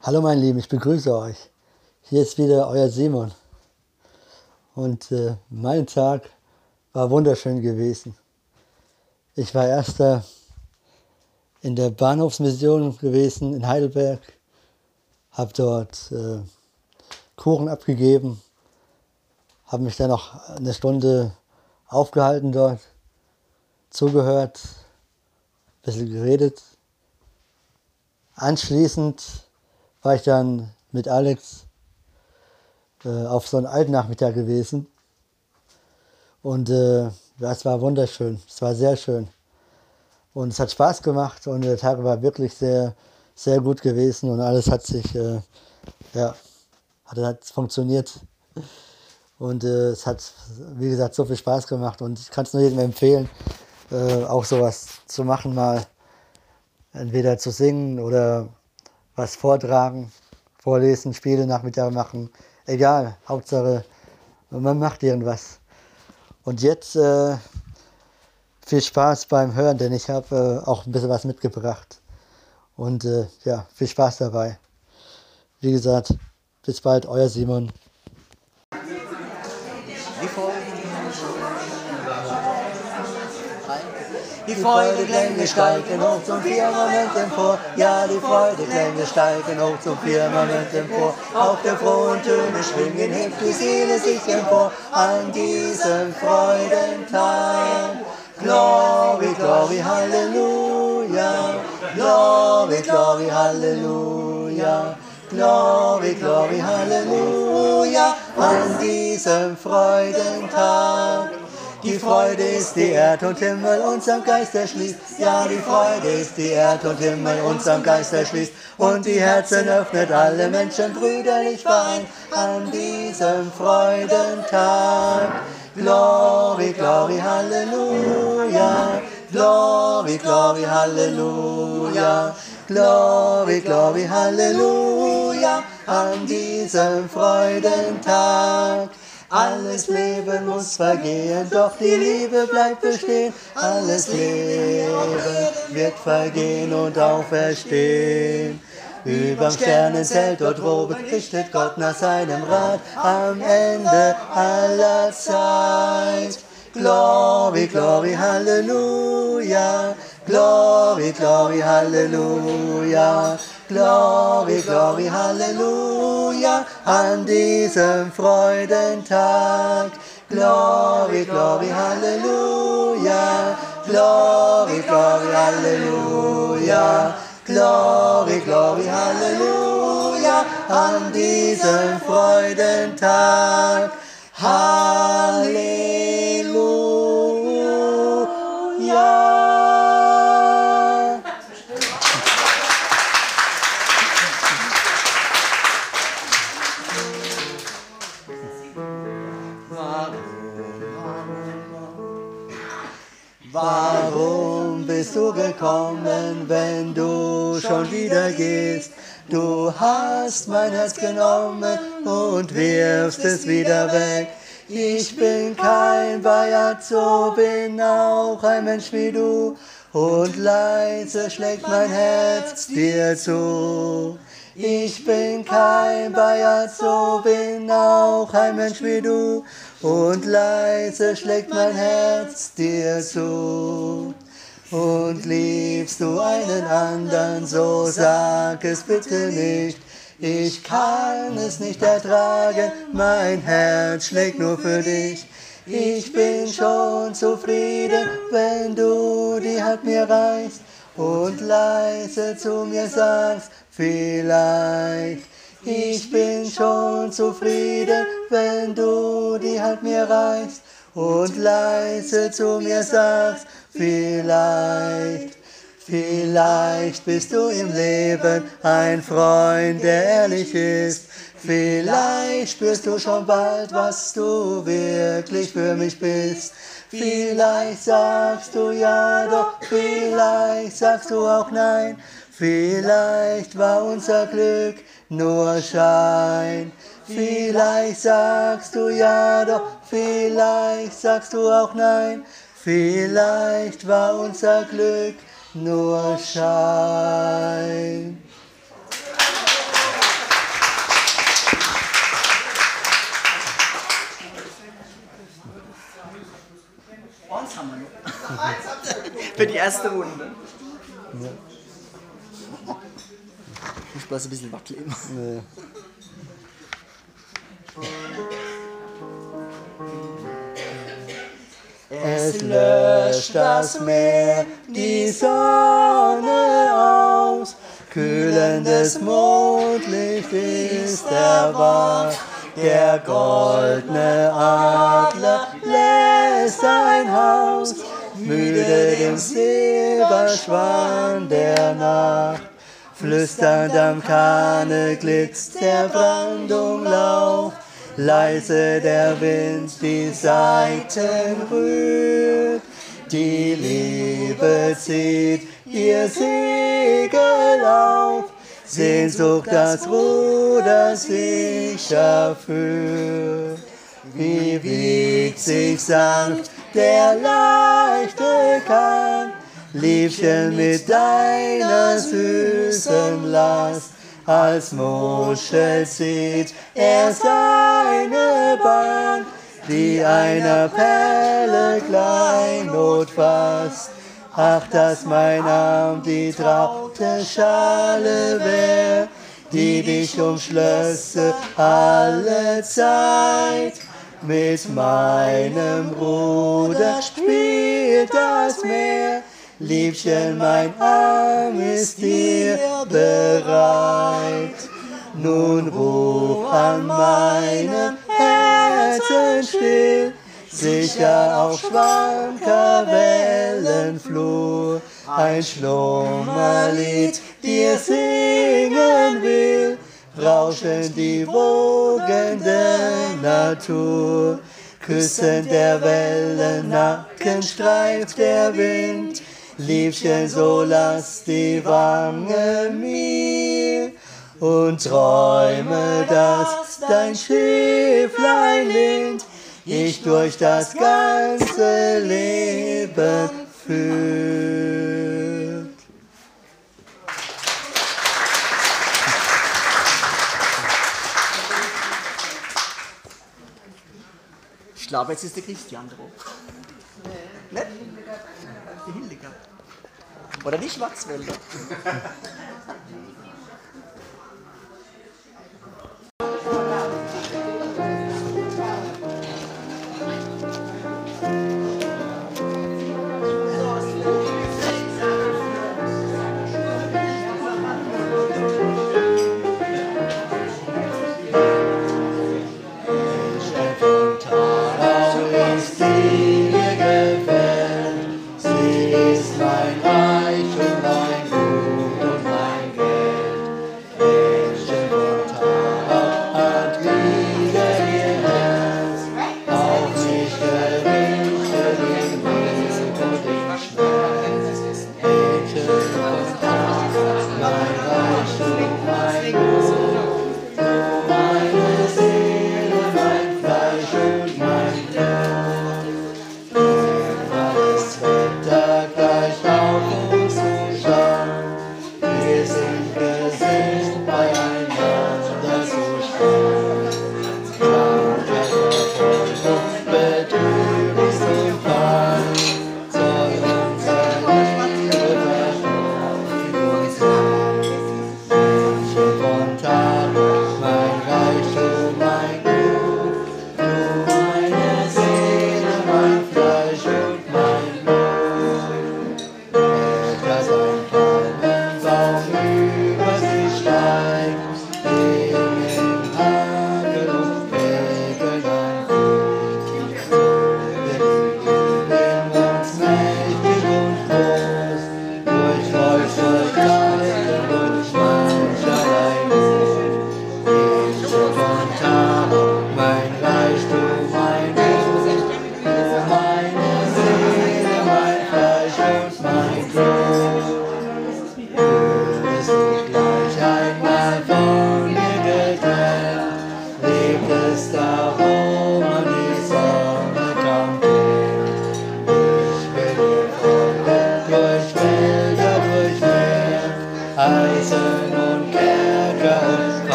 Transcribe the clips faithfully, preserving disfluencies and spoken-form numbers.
Hallo meine Lieben, ich begrüße euch. Hier ist wieder euer Simon. Und äh, mein Tag war wunderschön gewesen. Ich war erster in der Bahnhofsmission gewesen in Heidelberg, habe dort äh, Kuchen abgegeben, habe mich dann noch eine Stunde aufgehalten dort, zugehört, ein bisschen geredet. Anschließend war ich dann mit Alex äh, auf so einen Altnachmittag gewesen. Und äh, ja, es war wunderschön, es war sehr schön. Und es hat Spaß gemacht und der Tag war wirklich sehr, sehr gut gewesen und alles hat sich, äh, ja, hat, hat funktioniert. Und äh, es hat, wie gesagt, so viel Spaß gemacht und ich kann es nur jedem empfehlen, äh, auch sowas zu machen, mal entweder zu singen oder was vortragen, vorlesen, Spiele, Nachmittag machen, egal, Hauptsache man macht irgendwas. Und jetzt äh, viel Spaß beim Hören, denn ich habe äh, auch ein bisschen was mitgebracht. Und äh, ja, viel Spaß dabei. Wie gesagt, bis bald, euer Simon. Die Freudeklänge steigen hoch zum Firmament empor. Ja, die Freudeklänge steigen hoch zum Firmament empor. Auch der frohen Töne schwingen, hebt die Seele sich empor an diesem Freudentag. Glory, glory, Halleluja. Glory, glory, Halleluja. Glory, glory, Halleluja. An diesem Freudentag. Die Freude ist die Erd und Himmel unserem Geist erschließt. Ja, die Freude ist die Erd und Himmel unserem Geist erschließt. Und die Herzen öffnet alle Menschen brüderlich vereint an diesem Freudentag. Glory, glory, Halleluja. Glory, glory, Halleluja. Glory, glory, Halleluja. An diesem Freudentag. Alles Leben muss vergehen, doch die Liebe bleibt bestehen. Alles Leben wird vergehen und auferstehen. Überm Sternenzelt dort oben richtet Gott nach seinem Rat am Ende aller Zeit. Glory, glory, Halleluja. Glory, glory, Halleluja. Glory, glory, Halleluja, an diesem Freudentag. Glory, glory, Halleluja. Glory, glory, Halleluja. Glory, glory, Halleluja, an diesem Freudentag. Halleluja. Warum bist du gekommen, wenn du schon wieder gehst? Du hast mein Herz genommen und wirfst es wieder weg. Ich bin kein Bajazzo, bin auch ein Mensch wie du. Und leise schlägt mein Herz dir zu. Ich bin kein Bajazzo, bin auch ein Mensch wie du. Und leise schlägt mein Herz dir zu. Und liebst du einen anderen, so sag es bitte nicht. Ich kann es nicht ertragen, mein Herz schlägt nur für dich. Ich bin schon zufrieden, wenn du die Hand mir reichst und leise zu mir sagst, vielleicht. Ich bin schon zufrieden, wenn du die Hand mir reichst und leise zu mir sagst, vielleicht. Vielleicht bist du im Leben ein Freund, der ehrlich ist. Vielleicht spürst du schon bald, was du wirklich für mich bist. Vielleicht sagst du ja, doch vielleicht sagst du auch nein. Vielleicht war unser Glück nur Schein. Vielleicht sagst du ja, doch vielleicht sagst du auch nein. Vielleicht war unser Glück nur Schein. Für die erste Runde. Ja. Ich muss bloß ein bisschen wackeln. Nee. Es löscht das Meer, die Sonne aus, kühlendes Mondlicht ist erwacht, der goldene Adler lässt sein Haus, müde dem Silberschwan der Nacht, flüsternd am Kahne glitzt der Brandung Lauch, leise der Wind die Saiten rührt, die Liebe zieht ihr Segel auf, Sehnsucht das Ruder sicher führt. Wie wiegt sich sanft der leichte Kahn, Liebchen mit deiner süßen Last, als Muschel zieht er seine Bahn, die einer Perle Kleinod fasst. Ach, dass mein Arm die traute Schale wär, die dich umschlösse alle Zeit. Mit meinem Ruder spielt das Meer, Liebchen, mein Arm ist dir bereit. Nun ruf an meinem Herzen still, sicher auf schwanker Wellenflur, ein Schlummerlied dir singen will, rauschend die wogende Natur. Küssend der Wellen Nacken streift der Wind, Liebchen, so lass die Wange mir und träume, dass dein Schifflein lehnt, ich durch das ganze Leben führt. Ich glaube, jetzt ist der Christian dran. Nee. Nicht? Die Hildegard. Oder die Schwarzwälder. Mein Reich und mein Gut und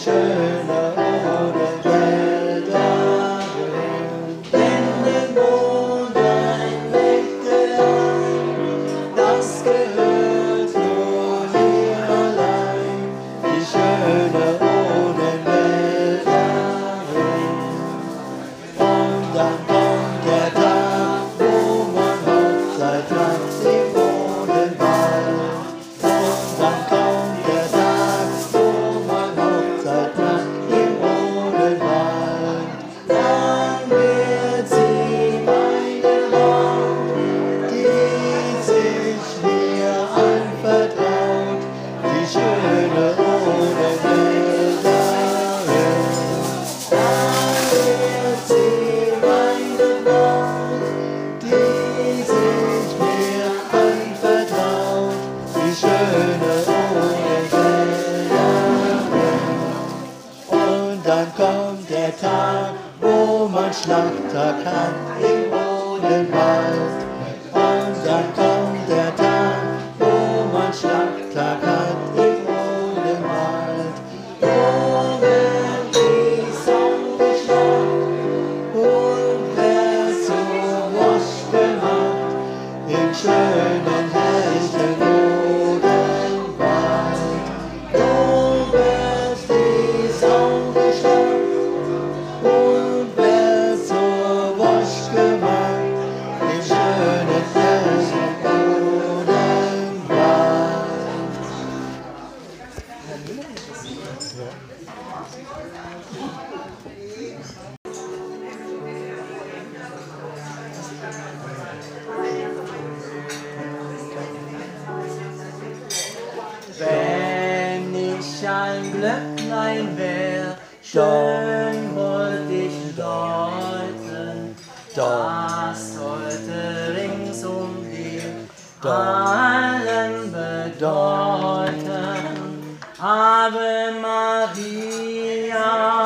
schöne ohne Welt darin. Wenn den Mond ein Lichte ein, das gehört nur dir allein, die schöne ohne Welt darin. Und dann kommt der Tag, wo man Hochzeit hat im Odenwald. Und dann kommt der Tag, wo man Hochzeit hat im Odenwald. Dann wird sie meine Braut, die sich mir anvertraut, die schöne Odenwelt darin. Dann wird sie meine Braut, die sich mir anvertraut, die schöne Odenwelt darin. Und dann kommt der Tag, wo man Schlachttag hat im Odenwald. Und dann kommt der Tag, wo man Schlachttag hat im Odenwald. Wo wird die Sau geschlachtet und wer zur Wurst gemacht im schönen, hellen Odenwald. Wo wird die Sau geschlachtet und wer zur Wurst gemacht im schönen, hellen Odenwald. Wenn ich ein Glöcklein wär, schön wollt ich läuten, das heute rings um dir allen bedeuten. Ave Maria,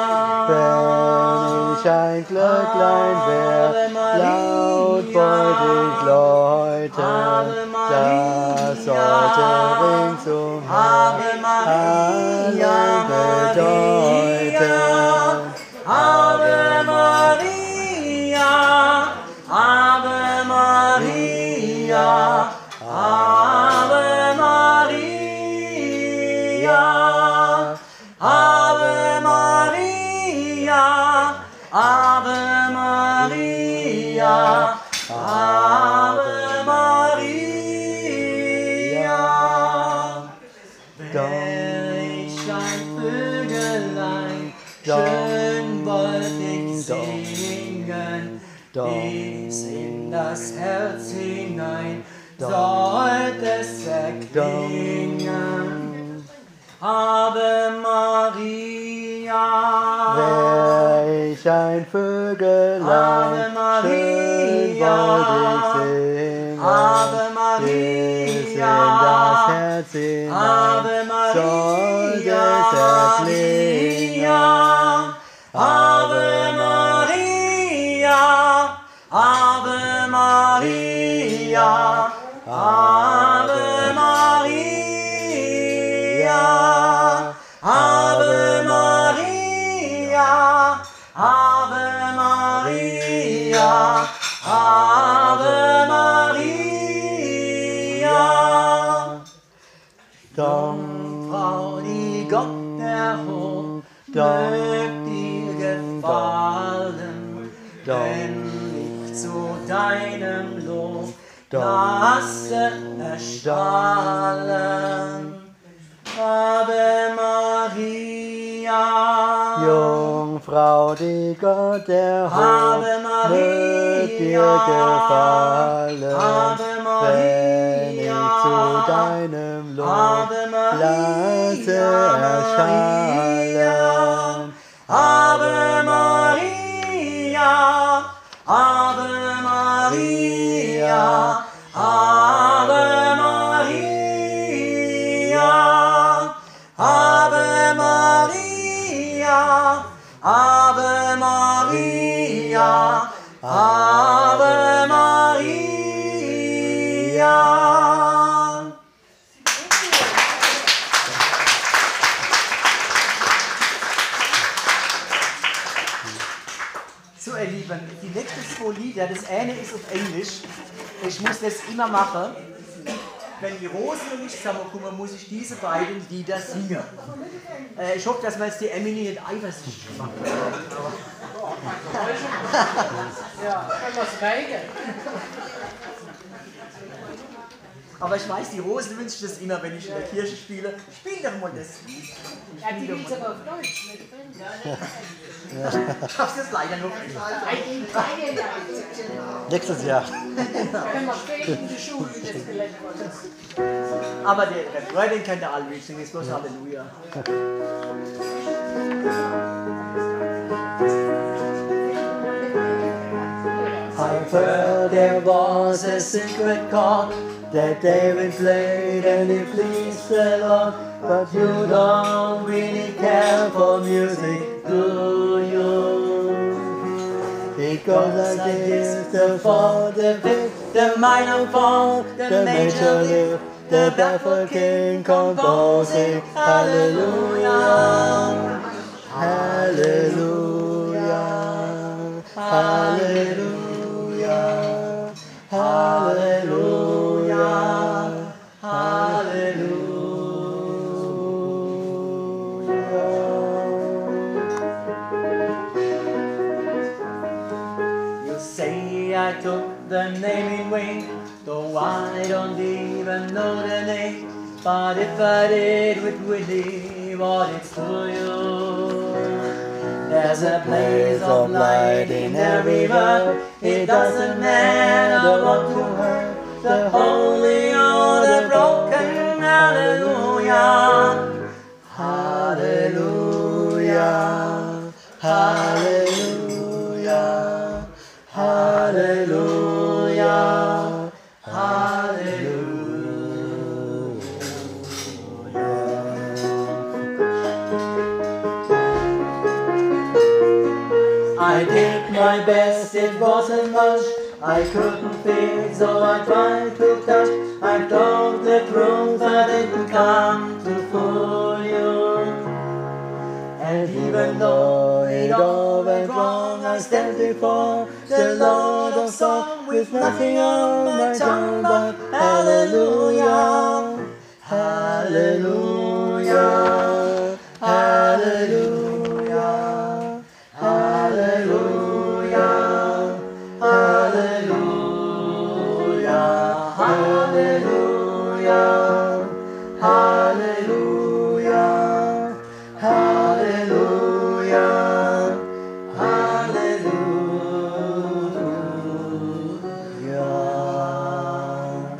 Wenn ich ein Glöcklein wär, laut wollt ich läuten, das sollte ringsumher Ave Maria, allen bedeuten. Ave Maria, Ave Maria, Ave Maria, Ave Maria, Ave Maria, Ave Maria. Wär ich ein Vögelein, schön wollt ich singen, bis in das Herz hinein sollt es erklingen. Ave Maria, Wär ich ein Vögelein, Ave schön Maria, wollt ich singen, Ave bis in Maria, das Herz hinein Ave sollt Maria, es erklingen. Ave Maria, Ave Maria, Ave Maria, Ave Maria, Ave Maria, Ave Maria. Jungfrau, die Gott erhob, mögt dir gefallen, wenn ich zu deinem Lob lasse erstrahlen. Ave Maria, Jungfrau, die Gott erhob, Ave mögt dir Maria, gefallen, Ave wenn ich Maria, zu deinem Lob Ave lasse erschallen. Ave Maria, Ave Maria, Ave Maria, Ave Maria, Ave Maria, Ave Maria. Lieben, die nächsten zwei Lieder, das eine ist auf Englisch. Ich muss das immer machen. Wenn die Rosen und ich zusammenkommen, muss ich diese beiden Lieder singen. Äh, ich hoffe, dass man jetzt die Emily nicht eifersüchtig macht. Ja, wenn wir es reigen. Aber ich weiß, die Rosen wünscht das immer, wenn ich in der Kirche spiele. Spiel doch mal das Lied. Ja, die will es aber auf Deutsch nicht. Ich hab's jetzt leider noch nicht. Nächstes Jahr. Wenn wir spät in die Schule das gelernt wird. Aber der Refrain, den kennt ihr alle, ich singe jetzt bloß Halleluja. I've heard there was a secret chord that David played and it pleased the Lord. But you don't really care for music, do you? It goes like this, the fourth, the fifth, the minor fall, the major lift, the baffled king composing. Hallelujah, hallelujah, hallelujah, hallelujah, hallelujah. You say I took the name in vain, though I don't even know the name. But if I did, it would leave what it's to you. There's a blaze of light in every river. It doesn't matter what to hurt, the holy or the broken. Hallelujah, hallelujah, hallelujah, hallelujah, hallelujah. I did my best, it wasn't much. I couldn't feel, so I tried to touch. I told the truth, I didn't come to fool you. And even though it all went wrong, I stand before the Lord of Song with nothing on my tongue but hallelujah, hallelujah, hallelujah, hallelujah, hallelujah, hallelujah, hallelujah, hallelujah, hallelujah.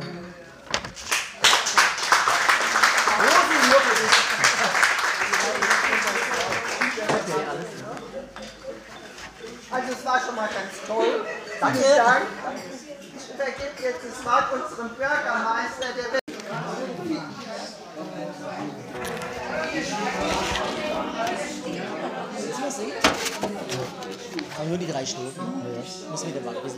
Also es war schon mal ganz toll. Danke. Vielen Dank. Ich vergebe jetzt das Wort unserem Bürgermeister, der wird Aber nur die drei Stunden. Ja. Muss wieder warten.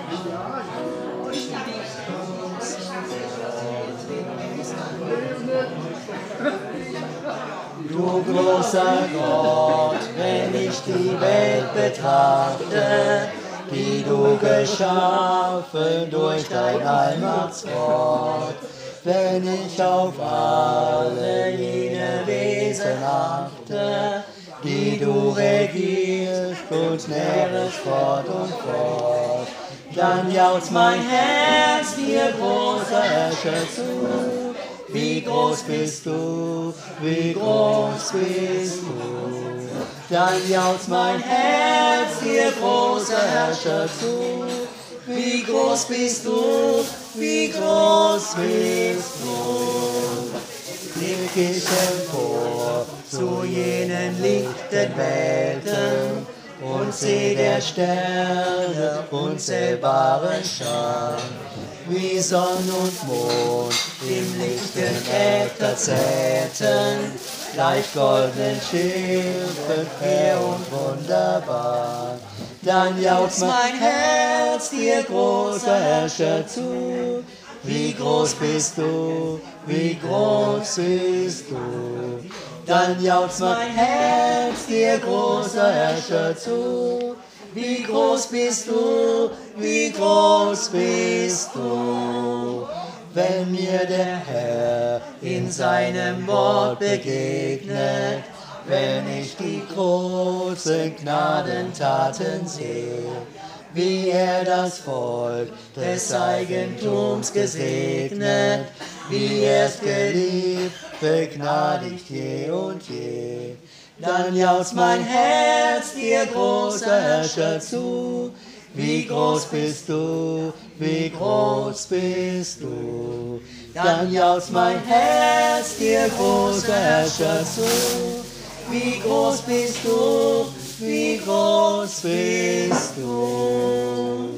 Du großer Gott, wenn ich die Welt betrachte, die du geschaffen durch dein Allmachtswort, wenn ich auf alle jene Wesen achte, die du regierst und nährst fort und fort, dann jauchzt mein Herz dir großer Herrscher zu. Wie groß bist du, wie groß bist du, dann jauchzt mein Herz dir großer Herrscher zu. Wie groß bist du, wie groß bist du. Blick ich empor zu jenen lichten Welten und seh der Sterne unzählbaren Schein, wie Sonn und Mond im lichten Äther zählten, gleich goldenen Schiffen fair und wunderbar. Dann jauchzt mein Herz dir großer Herrscher zu. Wie groß bist du, wie groß bist du. Dann jauchzt mein Herz dir großer Herrscher zu. wie groß bist du, wie groß bist du. Wenn mir der Herr in seinem Wort begegnet, wenn ich die großen Gnadentaten sehe, wie er das Volk des Eigentums gesegnet, wie er's geliebt, begnadigt je und je. Dann jaust mein Herz dir, großer Herrscher, zu. Wie groß bist du, wie groß bist du. Dann jaust mein Herz dir, großer Herrscher, zu. Wie groß bist du, wie groß bist du.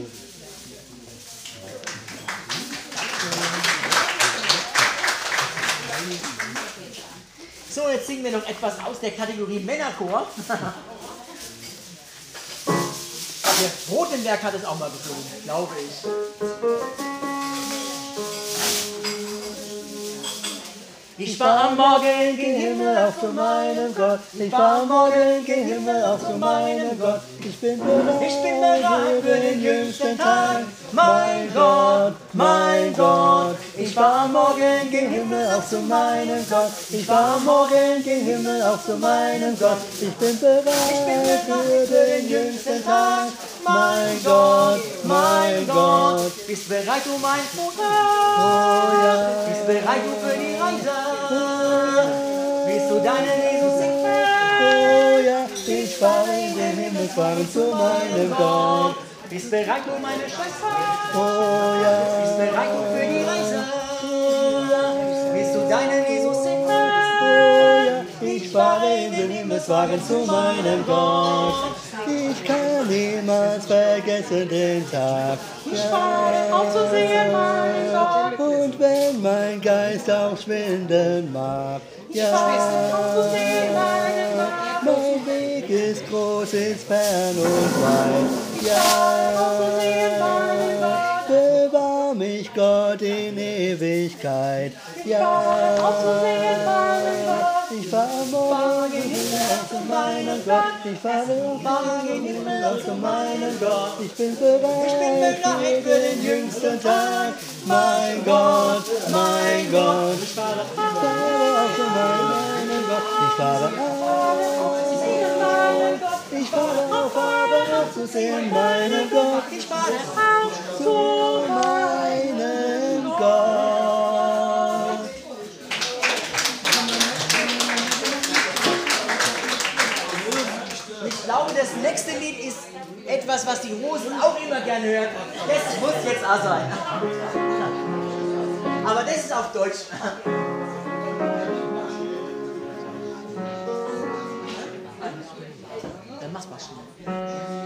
So, jetzt singen wir noch etwas aus der Kategorie Männerchor. Der Rotenberg hat es auch mal gesungen, glaube ich. Ich war am Morgen gen Himmel auf zu meinem Gott. Ich war am Morgen gen Himmel auf zu meinem Gott. Ich bin bereit, ich bin bereit für den jüngsten Tag. Mein Gott, mein Gott. Ich war am Morgen gen Himmel auf zu meinem Gott. Ich war am Morgen gen Himmel auf zu meinem Gott. Ich bin bereit, ich bin bereit für den jüngsten Tag. Mein Gott, mein Gott. Bist bereit, du mein Bruder? Oh ja. Bist bereit, du für die Reise? Willst du deinen Jesus singen? Oh ja, ich fahre in den Himmelswagen zu meinem Gott. Bist bereit, du meine Schwester? Oh ja. Bist bereit, du für die Reise? Willst du deinen Jesus singen? Oh ja, ich fahre in den Himmelswagen zu meinem Gott. Ich kann niemals vergessen den Tag. Ich fahre auf zu sehen, mein Gott. Und wenn mein Geist auch schwinden mag, ja, mein Weg ist groß, ist fern und weit, ja, bewahr mich Gott in Ewigkeit, ja, ich fahre morgen hinaus zu meinem Gott, ich fahre morgen hinaus zu meinem Gott, ich bin bereit, ich bin bereit für den jüngsten Tag, mein Gott, mein Gott, ich fahre auf zu meinem Gott, ich fahre auf, ich fahre auf, aber auf zu sehen, meinen Gott, Ich fahre auf zu meinem Gott. Ich glaube, das nächste Lied ist etwas, was die Rosen auch immer gerne hören. Das muss jetzt auch sein. Aber das ist auf Deutsch. Dann mach's mal schnell.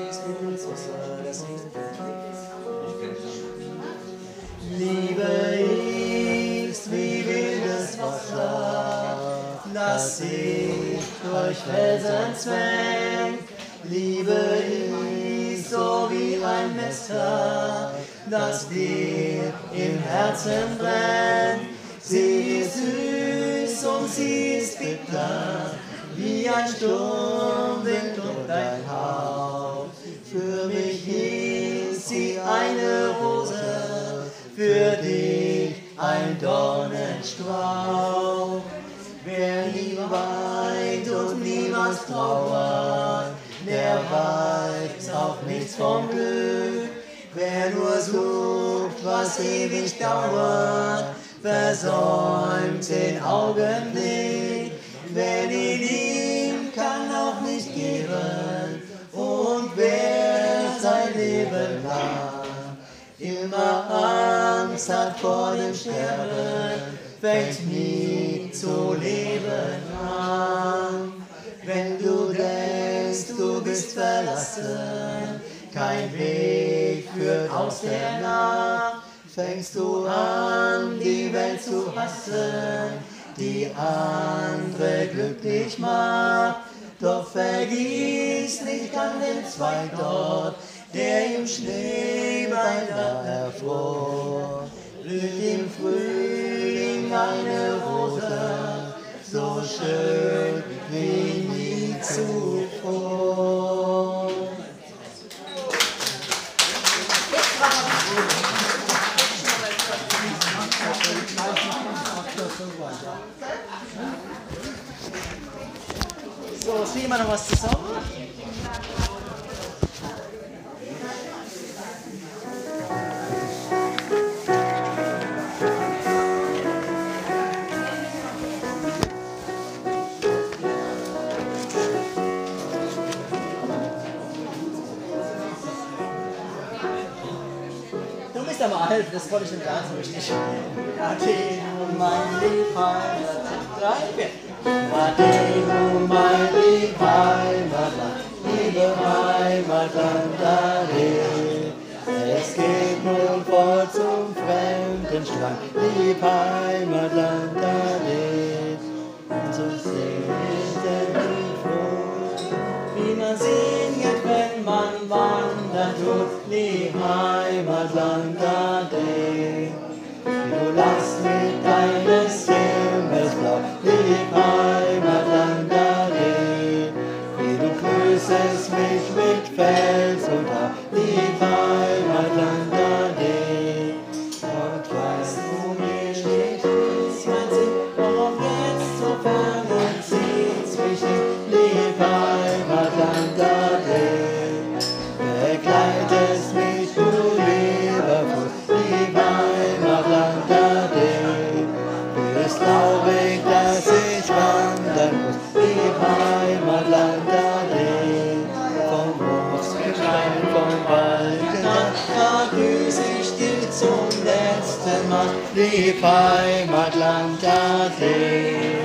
Liebe ist wie wildes Wasser, das sich durch Felsen zwängt. Liebe ist so wie ein Messer, das dir im Herzen brennt. Sie ist süß und sie ist bitter, wie ein Sturmwind um dein Haupt. Für mich ist sie eine Rose, für dich ein Dornenstrauch. Wer nie weint und niemals trauert, der weiß auch nichts vom Glück. Wer nur sucht, was ewig dauert, versäumt den Augenblick. Wer nie liebt, kann auch nicht geben. Und wer sein Leben lang immer Angst hat vor dem Sterben, fängt nie zu leben an. Wenn du denkst, du bist verlassen, kein Weg führt aus der Nacht, fängst du an, die Welt zu hassen, die andere glücklich macht. Doch vergiss nicht an den Zweig dort, der im Schnee beinahe erfror. Blüht im Frühling eine Rose, so schön wie nie zuvor. So, singen wir noch was zusammen? Du musst aber helfen, das wollte ich nicht ganz so richtig. Ade, mein Liebhaber, drei, vier. Ade, mein Liebhaberland, liebe Heimatland, ade. Es geht nun fort zum fremden Strand, lieb Heimatland, ade. Und so singt er froh, wie man singet, wenn man wandern tut, lieb Heimatland, ade. Wie du lachst mit deines Himmels Blau, lieb Heimatland, ade. Wie du grüßest mich mit Fels und Tau, lieb Heimatland, ade. Und weißt du nicht, ich ist mein Sinn, warum jetzt so fern zieht's mich hin, lieb Heimatland, ade. Begleitest mich, du lieber Fuß, lieb Heimatland, ade. Bist traurig, dass ich wandern muss, lieb Heimatland, ade. Vom Moosgestein, vom Wald, da grüß ich dich zum letzten Mal, lieb Heimatland, ade.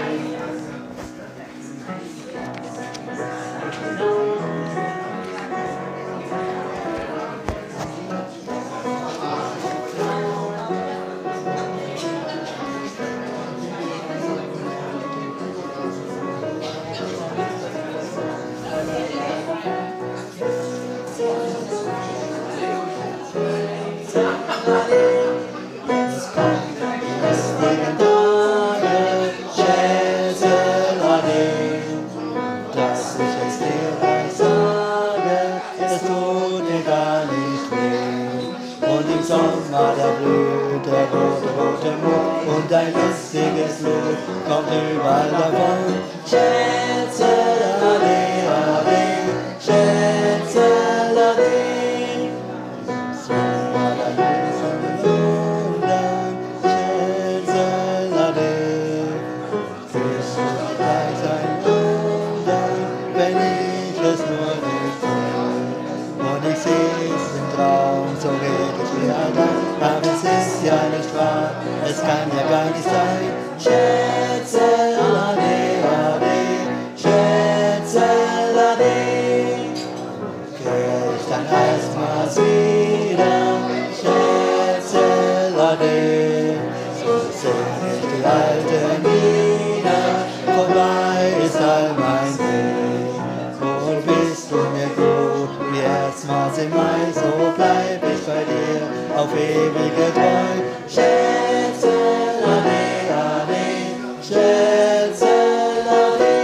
Und ein lustiges Lob kommt überall davon. Schätzelade, ade, Schätzelade. So war der Lust und Wundern, Schätzelade. Küss und gleich ein Wunder, wenn ich es nur nicht sehe. Und ich seh's im Traum, so red ich wieder dann, aber es ist ja nicht wahr. Es kann ja gar nicht sein. Schätzelade, ade, Schätzelade. Kehr ich dann erstmals wieder, Schätzelade. So sing ich die alten Lieder, vorbei ist all mein Weg. Und bist du mir gut, wie erstmals im Mai, so bleib ich bei dir auf ewige Treu. Schätzelade, ade, Schätzelade.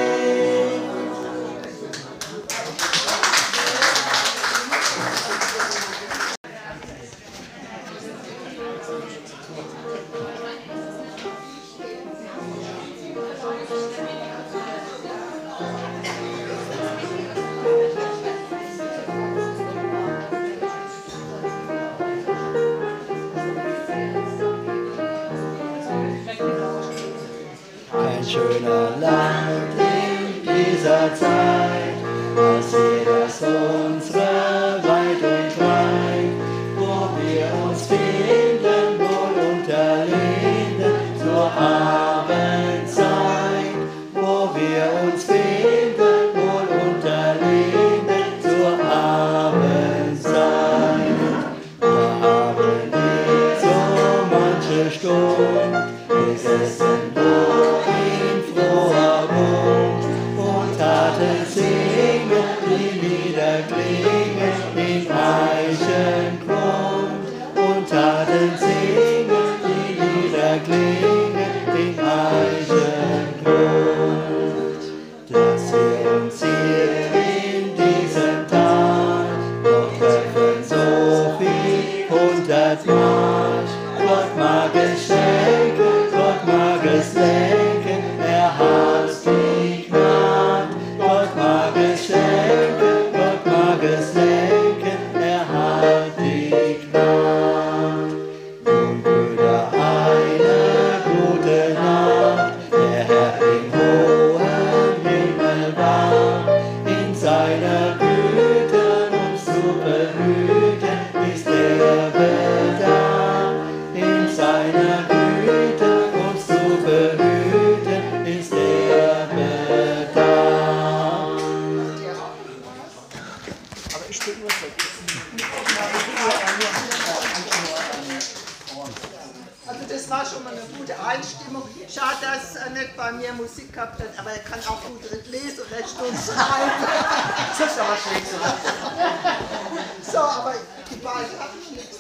Ein schöner Land in dieser Zeit, was jeder unsere weit und breit, wo wir uns finden, wohl unter Linden zur Abendzeit, wo wir uns finden, wohl unter Linden zur Abendzeit. Da haben wir so manche Stunde gesessen durch in froher Mut und taten singen, die Lieder klingen Musik gehabt hat, aber er kann auch gut lesen und recht und schreiben. Das ist aber schlecht, oder? So, aber die beiden habe ich nichts.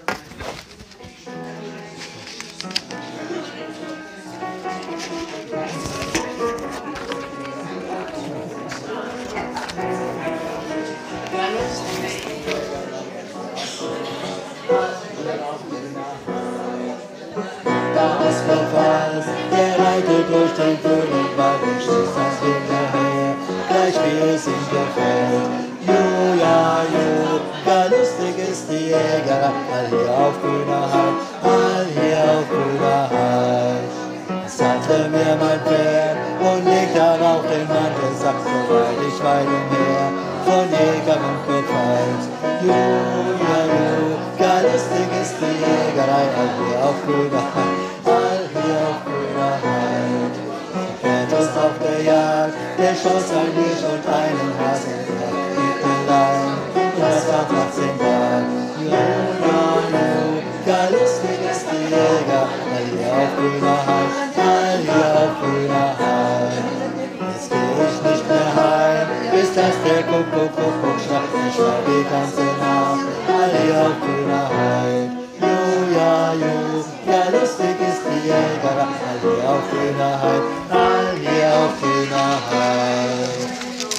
Da ist Verfalls, der reitet durch den Königswald und schießt das hinterher, gleich wie es ihm gefällt. Jo, ja, jo, gar lustig ist die Jägerei, all hier auf grüner Heid, all hier auf grüner Heid. Sattle mir mein Pferd und leg darauf den Mantel, sagt so weit ich weit umher, von Jäger und Gepfeilt. Jo, ja, jo, gar lustig ist die Jägerei, all hier auf grüner Heid, all hier auf grüner Heid. Der Pferd ist auf der Jagd, der schoss ein Hirsch und einen Hasen, der Hippelein, und das war achtzehn Grad. Jo, ja, jo, gar lustig ist die Jäger, all hier auf grüner Heid, all hier auf grüner Heid. Jetzt geh ich nicht mehr heim, bis dass der Kuckuck, Kuckuck schnappt, ich schreib die ganze Nacht, all hier auf grüner Heid. Jo, ja, jo, ja lustig ist die Jäger, all hier auf grüner Heid, all hier auf grüner Heid.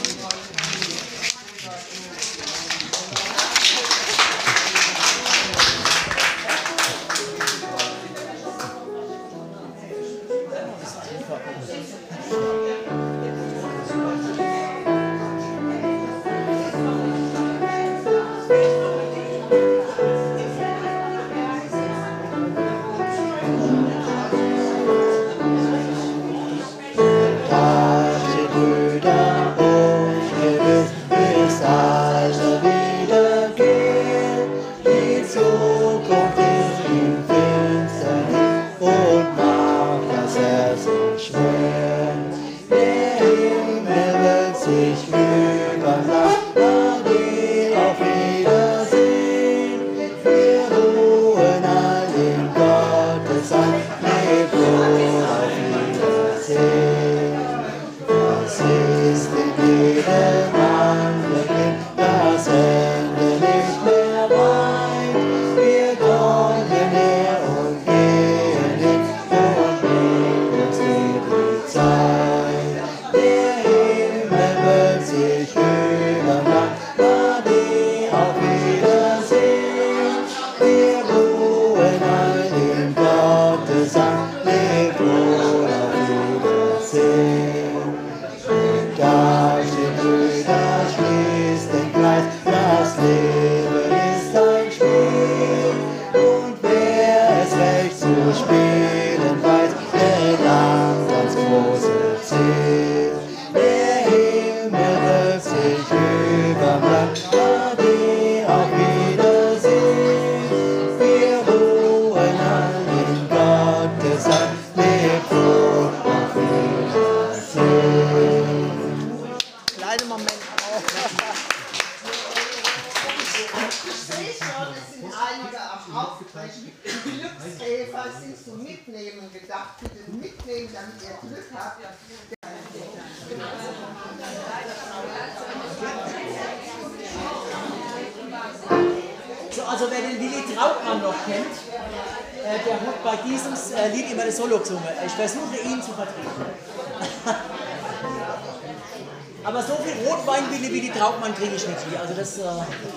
So, also wer den Willi Trautmann noch kennt, äh, der hat bei diesem äh, Lied immer das Solo gesungen. Ich versuche ihn zu vertreten. Aber so viel Rotwein wie Willi Trautmann kriege ich nicht hier. Also das... Äh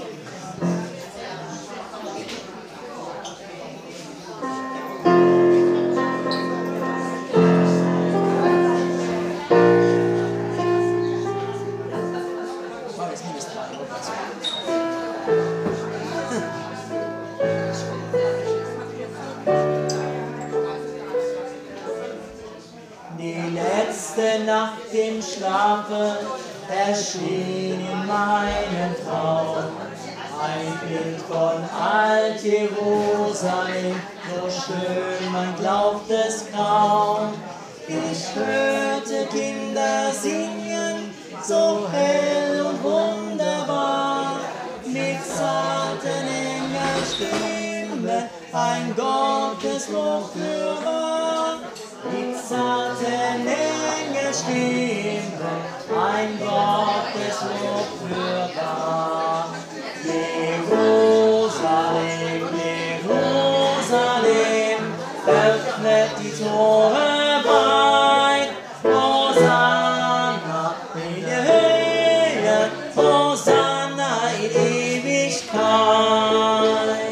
Nacht im Schlafe erschien in meinem Traum ein Bild von Alt-Jerusalem, so schön, man glaubt es kaum. Ich hörte Kinder singen, so hell und wunderbar, mit zarten Engelstimmen, ein Gotteslob fürwahr. Mit zarten Engelstimmen, Stimme, ein Gotteslob hörbar. Jerusalem, Jerusalem, öffnet die Tore weit. Hosanna in der Höhe, Hosanna in Ewigkeit.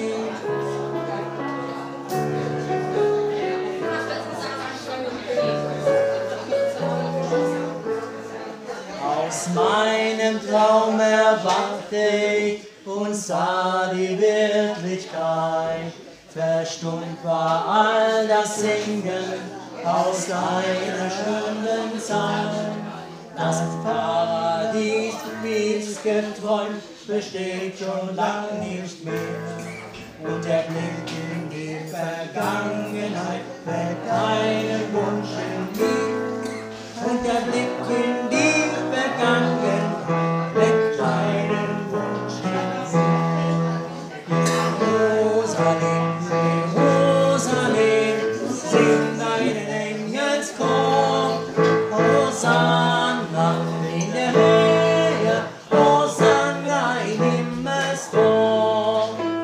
Aus meinem Traum erwachte ich und sah die Wirklichkeit. Verstummt war all das Singen aus deiner schönen Zeit. Das Paradies, wie es geträumt, besteht schon lang nicht mehr. Und der Blick in die Vergangenheit weckt einen Wunsch in mir. Und der Blick in die Vergangenheit weckt einen Wunsch in mir. Jerusalem, Jerusalem, sing deinen Engelschor. Hosanna in der Höhe, Hosanna im Himmelstor.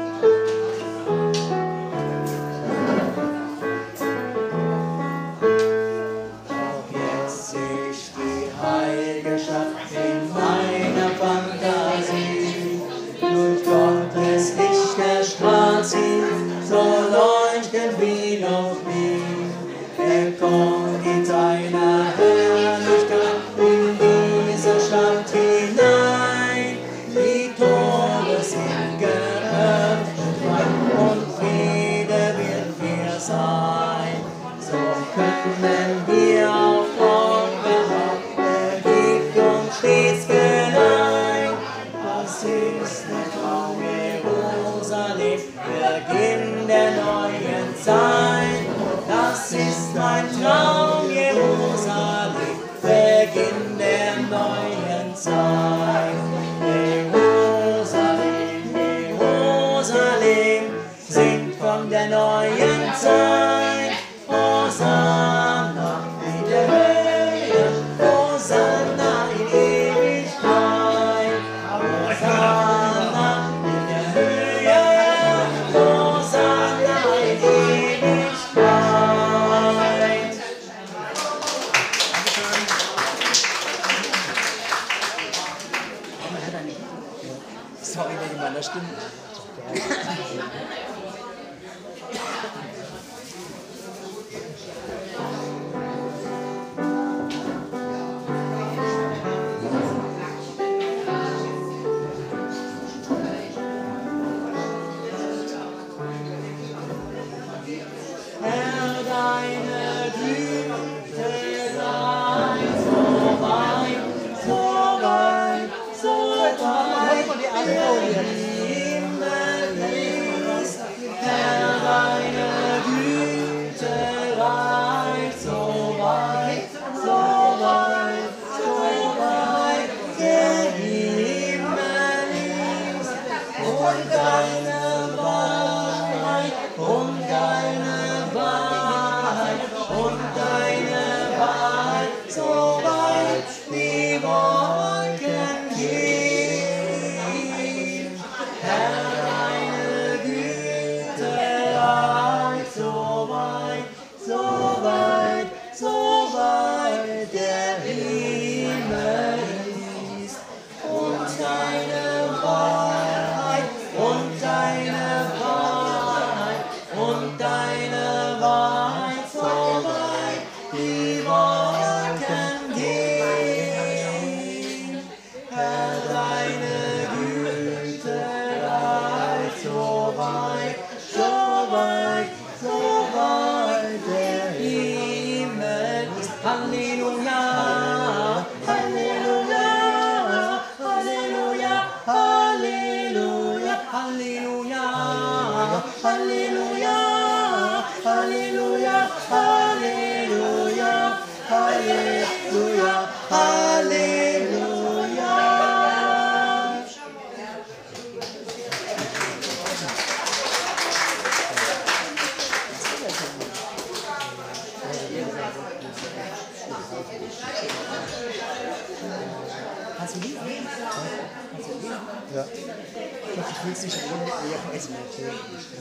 Doch jetzt seh ich die heilige Stadt in meiner Fantasie. Durch Gottes Licht erstrahlt sie, so leuchtend wie noch nie. Er kommt in seiner Herrlichkeit in diese Stadt hinein. Die Tore sind geöffnet und Friede wird hier sein. So können wir auf Gott behaupten, er gibt uns stets Geleit. Das ist der Traum Jerusalem, Beginn der neuen Zeit. Das ist mein Traum Jerusalem, Beginn der neuen Zeit. Jerusalem, Jerusalem, singt von der neuen Zeit. Hosanna in der Höhe, Hosanna in Ewigkeit. Hosanna in der Höhe, Hosanna in Ewigkeit. Sorry wegen meiner Stimme. Herr, deine Güte sei so weit, so weit, so weit. Der Himmel ist Kannst du liefern? Kannst du liefern? Ja. Ich glaube, ich will es nicht ohne Eier vom Essen natürlich.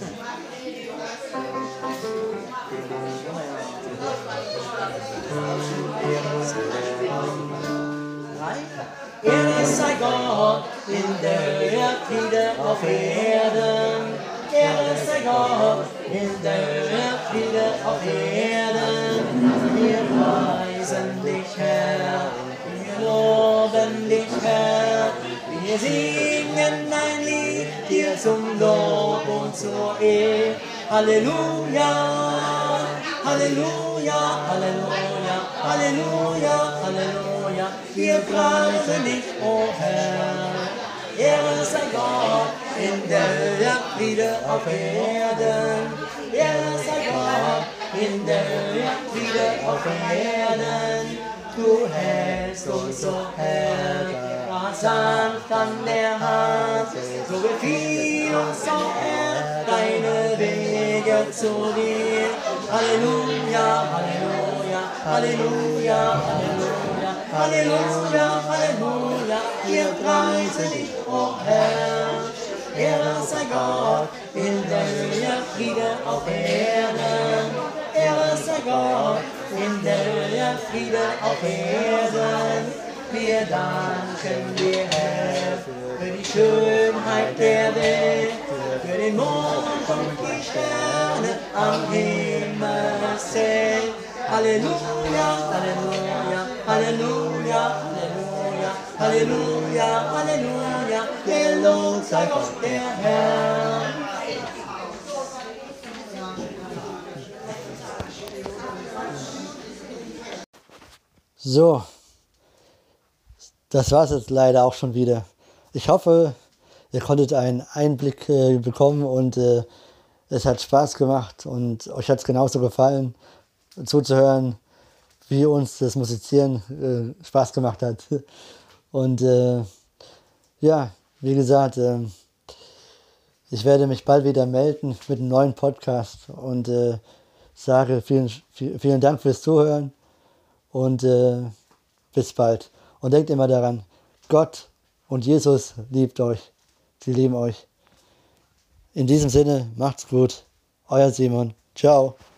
Ehre sei Gott in der Friede auf Erden. Ehre sei Gott in der Friede auf Erden. Wir preisen dich, Herr, wir loben dich, Herr. Wir singen dein Lied dir zum Lob und zur Ehre. Halleluja, Halleluja, Halleluja, Halleluja, Halleluja. Wir preisen dich, o Herr. Ehre sei Gott in der Friede auf Erden. Ehre sei Gott in der Friede auf Erden. Du hältst uns, o Herr, sanft an der Hand. So befiehl uns, o Herr, deine Wege zu gehen. Halleluja, Halleluja, Halleluja, Halleluja, Halleluja, Halleluja. Wir preisen dich, o Herr. Ehre sei Gott in der Friede auf Erden. Ehre sei Gott in der Friede auf Erden. Wir danken dir, Herr, für die Schönheit der Welt, für den Mond und die Sterne am Himmelszelt. Halleluja, Halleluja, Halleluja, Halleluja, Halleluja, Halleluja, gelobt sei Gott der Herr. So, das war es jetzt leider auch schon wieder. Ich hoffe, ihr konntet einen Einblick äh, bekommen und äh, es hat Spaß gemacht und euch hat es genauso gefallen, zuzuhören, wie uns das Musizieren äh, Spaß gemacht hat. Und äh, ja, wie gesagt, äh, ich werde mich bald wieder melden mit einem neuen Podcast und äh, sage vielen, vielen Dank fürs Zuhören und äh, bis bald. Und denkt immer daran, Gott und Jesus liebt euch. Sie lieben euch. In diesem Sinne, macht's gut. Euer Simon. Ciao.